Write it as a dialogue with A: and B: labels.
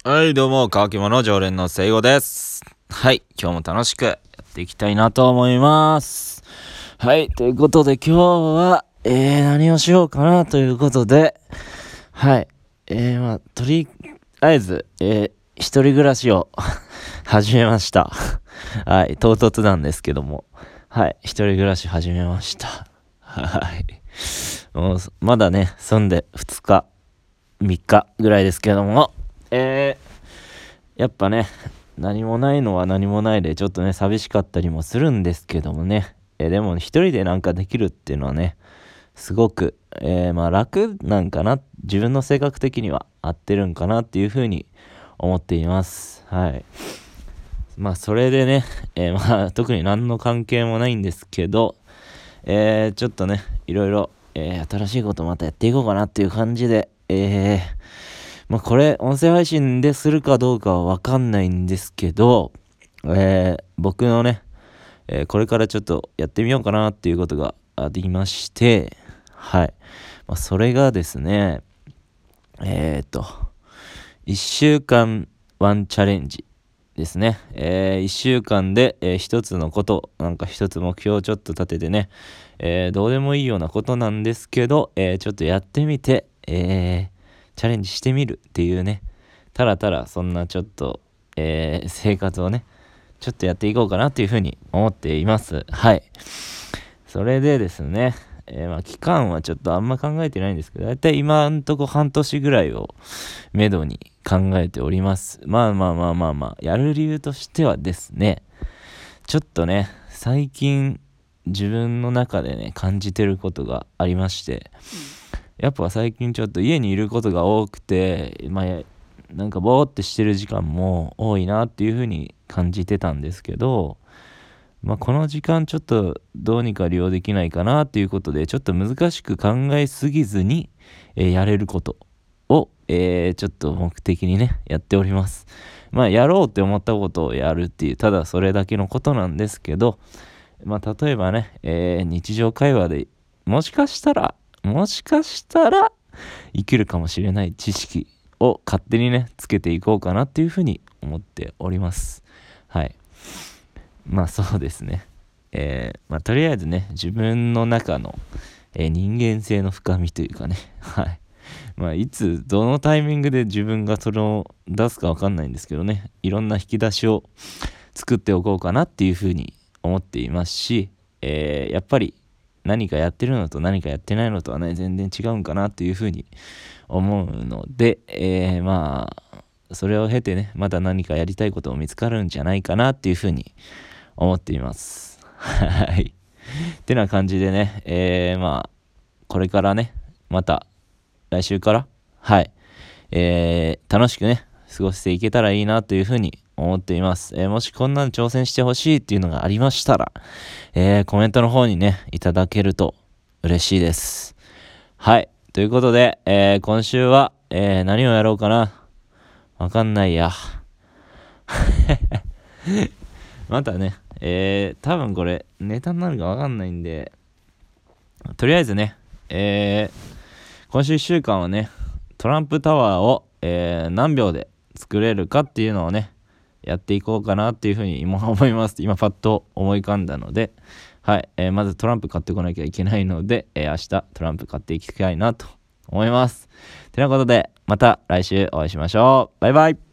A: はい、どうも、乾き物常連の聖子です。はい、今日も楽しくやっていきたいなと思います。はい、ということで今日は、何をしようかなということで、はい、とりあえず、一人暮らしを始めました。はい、唐突なんですけども、はい、一人暮らし始めました。はい、もうまだね、住んで2日、3日ぐらいですけども、やっぱね、何もないのは何もないで、ちょっとね、寂しかったりもするんですけどもね。でも、一人でなんかできるっていうのはね、すごく、楽なんかな、自分の性格的には合ってるんかなっていうふうに思っています。はい。それでね、特に何の関係もないんですけど、ちょっとね、いろいろ、新しいことまたやっていこうかなっていう感じで、これ、音声配信でするかどうかはわかんないんですけど、僕のね、これからちょっとやってみようかなっていうことがありまして、はい。それがですね、1週間ワンチャレンジですね。1週間で、一つのこと、なんか一つ目標をちょっと立ててね、どうでもいいようなことなんですけど、ちょっとやってみて、チャレンジしてみるっていうね、ただただそんなちょっと、生活をね、ちょっとやっていこうかなっていうふうに思っています。はい。それでですね、期間はちょっとあんま考えてないんですけど、だいたい今んとこ半年ぐらいをめどに考えております。やる理由としてはですね、ちょっとね、最近自分の中でね、感じてることがありまして、やっぱ最近ちょっと家にいることが多くて、なんかぼーってしてる時間も多いなっていう風に感じてたんですけど、この時間ちょっとどうにか利用できないかなっていうことで、ちょっと難しく考えすぎずに、やれることを、ちょっと目的にね、やっております。やろうって思ったことをやるっていう、ただそれだけのことなんですけど、例えばね、日常会話でもしかしたら生きるかもしれない知識を勝手にね、つけていこうかなっていうふうに思っております。はい。そうですね。とりあえずね、自分の中の、人間性の深みというかね、はい。いつ、どのタイミングで自分がそれを出すかわかんないんですけどね、いろんな引き出しを作っておこうかなっていうふうに思っていますし、やっぱり何かやってるのと何かやってないのとはね、全然違うんかなっていうふうに思うので、それを経てね、また何かやりたいことも見つかるんじゃないかなっていうふうに思っています。はい。ってな感じでね、これからね、また来週から、はい、楽しくね、過ごしていけたらいいなというふうに思っています。もしこんなの挑戦してほしいっていうのがありましたら、コメントの方にね、いただけると嬉しいです。はい。ということで、今週は、何をやろうかな。わかんないや。またね、多分これネタになるかわかんないんで、とりあえずね、今週1週間はね、トランプタワーを、何秒で作れるかっていうのをね、やっていこうかなっていうふうに今思います。今パッと思い浮かんだので、はい、まずトランプ買ってこなきゃいけないので、明日トランプ買っていきたいなと思います。てなことで、また来週お会いしましょう。バイバイ。